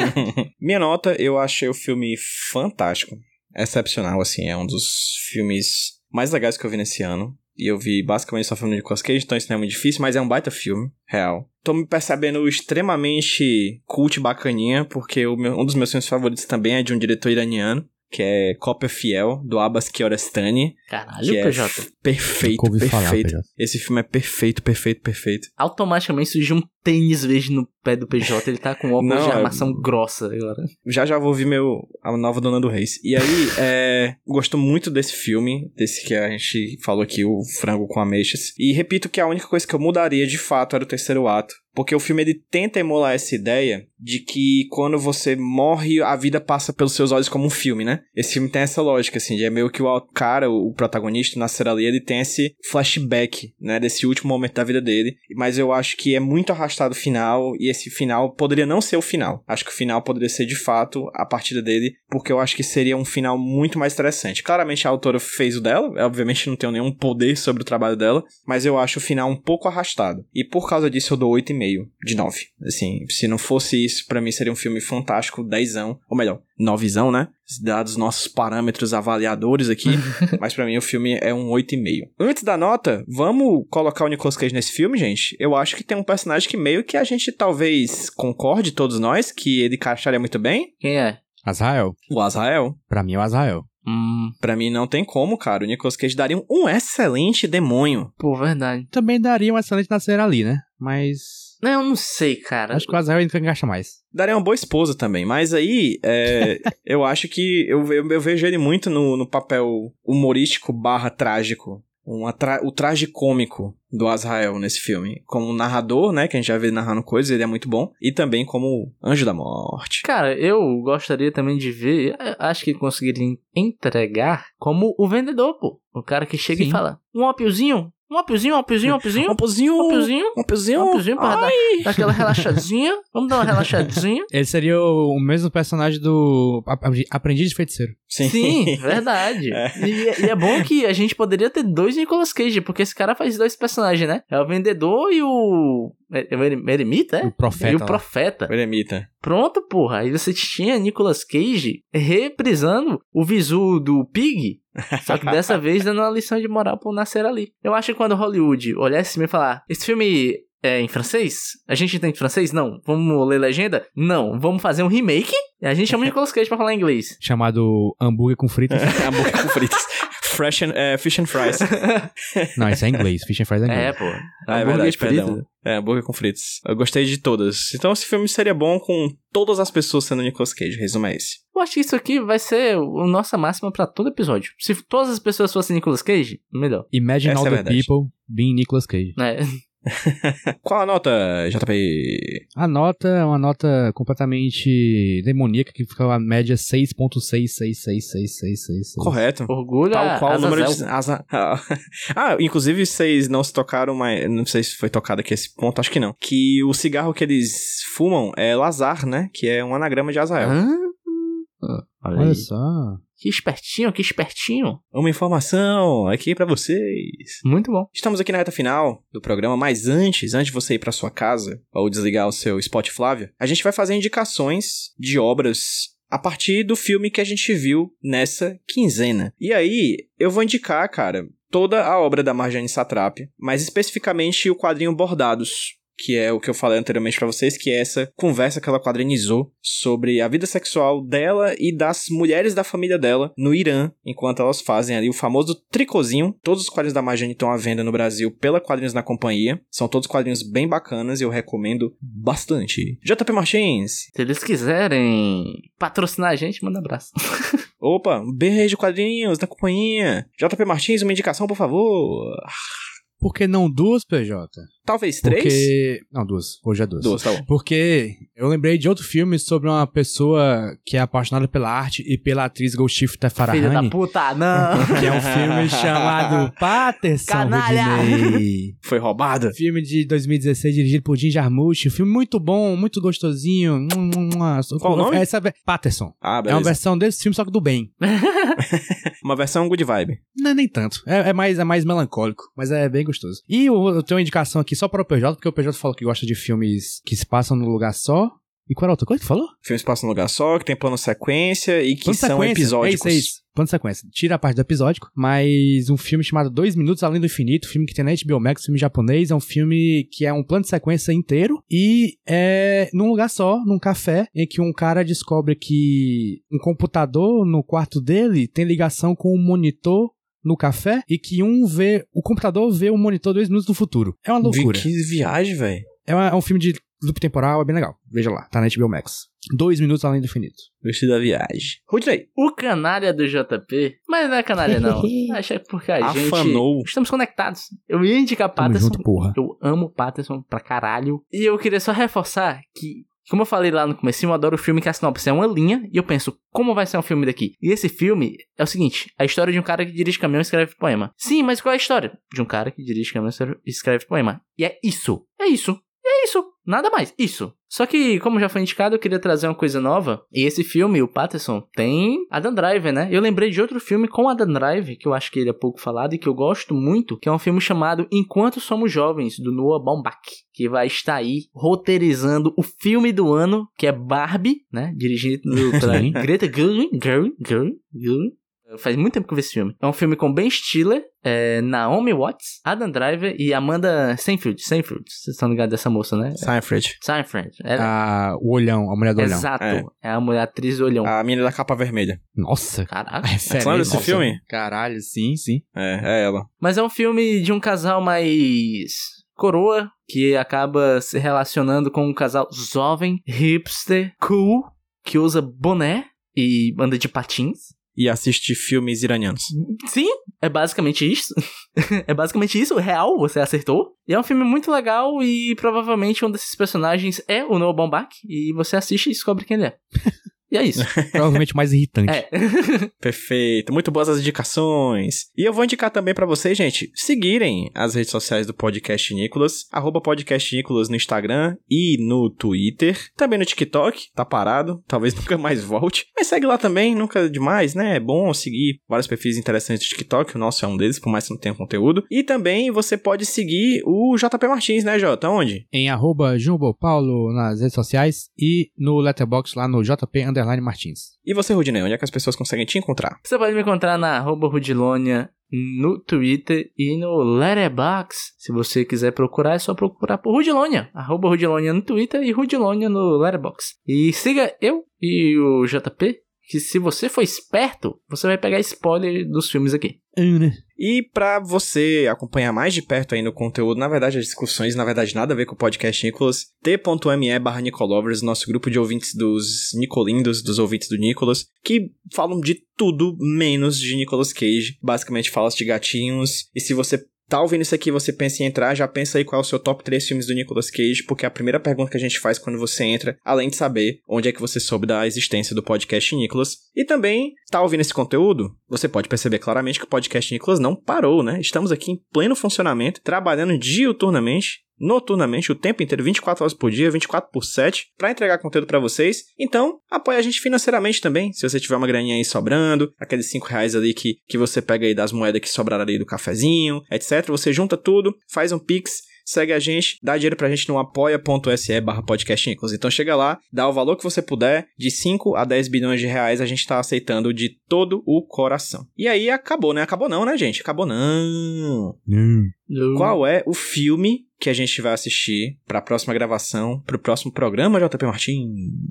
Minha nota, eu achei o filme fantástico. Excepcional, assim. É um dos filmes mais legais que eu vi nesse ano. E eu vi basicamente só filme de Nicolas Cage, então isso não é muito difícil, mas é um baita filme, real. Tô me percebendo extremamente cult bacaninha, porque um dos meus filmes favoritos também é de um diretor iraniano, que é Cópia Fiel, do Abbas Kiarostami. Caralho, que PJ. Perfeito. Esse filme é perfeito. Automaticamente surgiu um tênis verde no pé do PJ, ele tá com óculos de armação grossa agora. Já vou ouvir a nova Dona do Reis. E aí, gosto muito desse filme, desse que a gente falou aqui, o Frango com Ameixas. E repito que a única coisa que eu mudaria de fato era o terceiro ato. Porque o filme, ele tenta emular essa ideia de que quando você morre, a vida passa pelos seus olhos como um filme, né? Esse filme tem essa lógica, assim, é meio que o protagonista, o Nasser Ali, ele tem esse flashback, né, desse último momento da vida dele. Mas eu acho que é muito arrastado o final, e esse final poderia não ser o final. Acho que o final poderia ser, de fato, a partida dele, porque eu acho que seria um final muito mais interessante. Claramente a autora fez o dela, obviamente não tenho nenhum poder sobre o trabalho dela, mas eu acho o final um pouco arrastado. E por causa disso eu dou 8,5 de 9. Assim, se não fosse isso, pra mim seria um filme fantástico, 10zão, ou melhor, 9zão, né? Dados nossos parâmetros avaliadores aqui, mas pra mim o filme é um 8,5. Antes da nota, vamos colocar o Nicolas Cage nesse filme, gente? Eu acho que tem um personagem que meio que a gente talvez concorde, todos nós, que ele encaixaria muito bem. Quem é? Azrael. O Azrael. Pra mim é o Azrael. Pra mim não tem como, cara. O Nicolas Cage daria um excelente demônio. Pô, verdade. Também daria um excelente Nascer Ali, né? Mas... Não, eu não sei, cara. Acho que o Azrael ainda encaixa mais. Daria uma boa esposa também, mas aí eu acho que eu vejo ele muito no papel humorístico / trágico. O tragicômico do Azrael nesse filme. Como narrador, né, que a gente já vê ele narrando coisas, ele é muito bom. E também como Anjo da Morte. Cara, eu gostaria também de ver, acho que ele conseguiria entregar como o vendedor, pô. O cara que chega e fala, um ópiozinho para dar aquela relaxadinha. Vamos dar uma relaxadinha. Ele seria o mesmo personagem do Aprendiz de Feiticeiro. Sim, verdade. E é bom que a gente poderia ter 2 Nicolas Cage, porque esse cara faz 2 personagens, né? É o vendedor e o... Eremita, é? O profeta. E o profeta. O Eremita. Pronto, porra. Aí você tinha Nicolas Cage reprisando o visu do Pig, só que dessa vez dando uma lição de moral pro Nascer Ali. Eu acho que quando Hollywood olhasse e me falar, esse filme em francês? A gente entende francês? Não. Vamos ler legenda? Não. Vamos fazer um remake? E a gente chama de Nicolas Cage pra falar inglês. Chamado hambúrguer com fritas. Hambúrguer com fritas. Fish and fries. Não, isso é inglês. Fish and fries é inglês. Pô. É verdade, perdão. Hambúrguer com fritas. Eu gostei de todas. Então esse filme seria bom com todas as pessoas sendo Nicolas Cage. O resumo é esse. Eu acho que isso aqui vai ser a nossa máxima pra todo episódio. Se todas as pessoas fossem Nicolas Cage, melhor. Imagine all the people being Nicolas Cage. Qual a nota, JP? A nota é uma nota completamente demoníaca, que fica a média 6.6666666. Correto. Orgulho. Tal qual o número Azazel. de... inclusive vocês não se tocaram, mas não sei se foi tocado aqui esse ponto, acho que não. Que o cigarro que eles fumam é Lazar, né? Que é um anagrama de Azael. Olha só. Que espertinho, que espertinho. Uma informação aqui pra vocês. Muito bom. Estamos aqui na reta final do programa, mas antes de você ir pra sua casa ou desligar o seu Spot Flávia, a gente vai fazer indicações de obras a partir do filme que a gente viu nessa quinzena. E aí, eu vou indicar, cara, toda a obra da Marjane Satrapi, mas especificamente o quadrinho Bordados, que é o que eu falei anteriormente pra vocês, que é essa conversa que ela quadrinizou sobre a vida sexual dela e das mulheres da família dela no Irã, enquanto elas fazem ali o famoso tricôzinho. Todos os quadrinhos da Marjane estão à venda no Brasil pela Quadrinhos na Companhia. São todos quadrinhos bem bacanas e eu recomendo bastante. JP Martins. Se eles quiserem patrocinar a gente, manda abraço. Opa, um beijo, quadrinhos da companhia. JP Martins, uma indicação, por favor. Por que não duas, PJ? Talvez 3? Porque... Não, duas. Hoje é duas. Duas, tá bom. Porque eu lembrei de outro filme sobre uma pessoa que é apaixonada pela arte e pela atriz Golshifteh Farahani. Filha da puta, não. Que é um filme chamado Patterson. Canalha! Rodney. Foi roubado. Filme de 2016 dirigido por Jim Jarmusch. Um filme muito bom, muito gostosinho. Qual o nome? Patterson. Ah, É beleza. uma versão desse filme, só que do bem. Uma versão good vibe. Não, nem tanto. É mais melancólico, mas é bem gostoso. E eu tenho uma indicação aqui só para o PJ, porque o PJ falou que gosta de filmes que se passam num lugar só. E qual era a outra coisa que tu falou? Filmes passam num lugar só, que tem plano sequência e que Plano são sequência. episódicos. É isso. Plano sequência. Tira a parte do episódico, mas um filme chamado 2 Minutos Além do Infinito, filme que tem na HBO Max, filme japonês, é um filme que é um plano de sequência inteiro e é num lugar só, num café, em que um cara descobre que um computador no quarto dele tem ligação com um monitor no café e que o computador vê o monitor 2 minutos no futuro. É uma loucura. Que viagem, velho. É um filme de loop temporal, é bem legal. Veja lá, tá na HBO Max. 2 Minutos Além do Infinito. Gostei da viagem. Rodney. O canalha do JP, mas não é canalha não. Acho que é porque a gente... Afanou. Estamos conectados. Eu ia indicar Tamo Patterson. junto, porra. Eu amo Patterson pra caralho. E eu queria só reforçar que, como eu falei lá no comecinho, eu adoro o filme que a sinopse é uma linha, e eu penso, como vai ser um filme daqui? E esse filme é o seguinte, a história de um cara que dirige caminhão e escreve poema. Sim, mas qual é a história? De um cara que dirige caminhão e escreve poema. E é isso. É isso. É isso. Nada mais. Isso. Só que, como já foi indicado, eu queria trazer uma coisa nova. E esse filme, o Patterson, tem Adam Driver, né? Eu lembrei de outro filme com Adam Driver, que eu acho que ele é pouco falado e que eu gosto muito, que é um filme chamado Enquanto Somos Jovens, do Noah Baumbach, que vai estar aí roteirizando o filme do ano, que é Barbie, né? Dirigido pela Greta Gerwig. Faz muito tempo que eu vi esse filme. É um filme com Ben Stiller, Naomi Watts, Adam Driver e Amanda Seyfried. Vocês estão ligados dessa moça, né? Seinfeld. O olhão, a mulher do olhão. Exato. É a mulher atriz do olhão. A menina da capa vermelha. Nossa. Caraca. Você lembra desse filme? Caralho, sim. É ela. Mas é um filme de um casal mais coroa, que acaba se relacionando com um casal jovem, hipster, cool, que usa boné e anda de patins. E assiste filmes iranianos. Sim, é basicamente isso. É basicamente isso, real, você acertou. E é um filme muito legal e provavelmente um desses personagens é o Noah Baumbach. E você assiste e descobre quem ele é. E é isso. Provavelmente mais irritante. Perfeito. Muito boas as indicações. E eu vou indicar também pra vocês, gente, seguirem as redes sociais do Podcast Nicolas, @podcastnicolas no Instagram e no Twitter. Também no TikTok, tá parado, talvez nunca mais volte. Mas segue lá também, nunca demais, né? É bom seguir vários perfis interessantes do TikTok, o nosso é um deles, por mais que não tenha conteúdo. E também você pode seguir o JP Martins, né, Jota? Onde? Em @JumboPaulo nas redes sociais e no Letterboxd lá no JP_Martins. _Martins. E você, Rudinei, onde é que as pessoas conseguem te encontrar? Você pode me encontrar na @Rudilonia no Twitter e no Letterboxd. Se você quiser procurar, é só procurar por Rudilonia. @Rudilonia no Twitter e Rudilonia no Letterboxd. E siga eu e o JP, que se você for esperto, você vai pegar spoiler dos filmes aqui. E pra você acompanhar mais de perto ainda o conteúdo, na verdade as discussões, na verdade nada a ver com o podcast Nicolas, t.me/Nicolovers, nosso grupo de ouvintes dos Nicolindos, dos ouvintes do Nicolas, que falam de tudo menos de Nicolas Cage, basicamente fala de gatinhos, e se você tá ouvindo isso aqui, você pensa em entrar, já pensa aí qual é o seu top 3 filmes do Nicolas Cage, porque é a primeira pergunta que a gente faz quando você entra, além de saber onde é que você soube da existência do podcast Nicolas. E também, tá ouvindo esse conteúdo? Você pode perceber claramente que o podcast Nicolas não parou, né? Estamos aqui em pleno funcionamento, trabalhando diuturnamente, noturnamente, o tempo inteiro, 24 horas por dia, 24/7, pra entregar conteúdo pra vocês. Então, apoie a gente financeiramente também, se você tiver uma graninha aí sobrando, aqueles R$5 ali que você pega aí das moedas que sobraram ali do cafezinho, etc. Você junta tudo, faz um Pix, segue a gente, dá dinheiro pra gente no apoia.se/podcastnicolas. Então chega lá, dá o valor que você puder, de 5 a 10 bilhões de reais a gente tá aceitando de todo o coração. E aí acabou, né? Acabou não, né, gente? Acabou não. Qual é o filme que a gente vai assistir pra próxima gravação, pro próximo programa, JP Martins?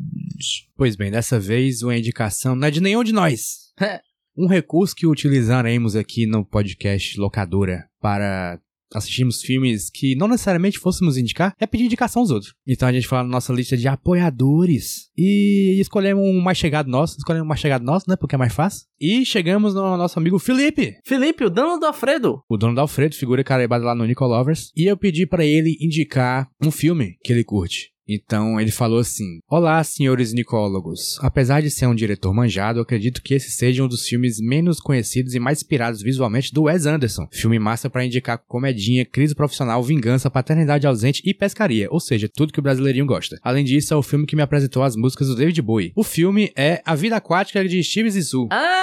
Pois bem, dessa vez uma indicação não é de nenhum de nós. Um recurso que utilizaremos aqui no podcast Locadora para assistirmos filmes que não necessariamente fôssemos indicar é pedir indicação aos outros. Então a gente fala na nossa lista de apoiadores e escolhemos um mais chegado nosso, né, porque é mais fácil. E chegamos no nosso amigo Felipe, o dono do Alfredo. O dono do Alfredo, figura carimbada lá no Nicolovers. E eu pedi pra ele indicar um filme que ele curte. Então ele falou assim: olá, senhores nicólogos. Apesar de ser um diretor manjado, eu acredito que esse seja um dos filmes menos conhecidos e mais inspirados visualmente do Wes Anderson. Filme massa pra indicar comedinha, crise profissional, vingança, paternidade ausente e pescaria. Ou seja, tudo que o brasileirinho gosta. Além disso, é o filme que me apresentou as músicas do David Bowie. O filme é A Vida Aquática de Steve Zissou.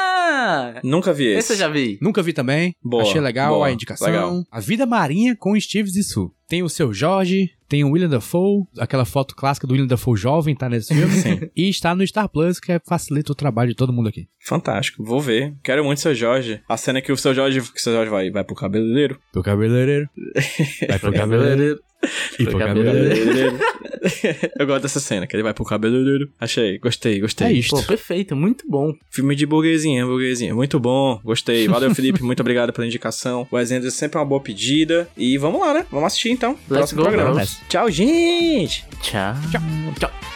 Nunca vi esse. Esse eu já vi. Nunca vi também. Boa, achei legal boa, a indicação. Legal. A Vida Marinha com Steve Zissou. Tem o Seu Jorge, tem o Willem Dafoe, aquela foto clássica do Willem Dafoe jovem tá nesse filme. Sim. E está no Star Plus, que facilita o trabalho de todo mundo aqui. Fantástico, vou ver. Quero muito Seu Jorge. A cena que o Seu Jorge vai pro cabeleireiro. Pro cabeleireiro. Vai pro cabeleireiro. E pro cabeleireiro. Eu gosto dessa cena, que ele vai pro cabeleireiro. Achei, gostei. É isto. Pô, perfeito, muito bom. Filme de burguesinha. Muito bom, gostei. Valeu, Felipe, muito obrigado pela indicação. O Wes Anderson é sempre uma boa pedida. E vamos lá, né? Vamos assistir então. Let's Próximo go, programa. girls. Tchau, gente! Tchau.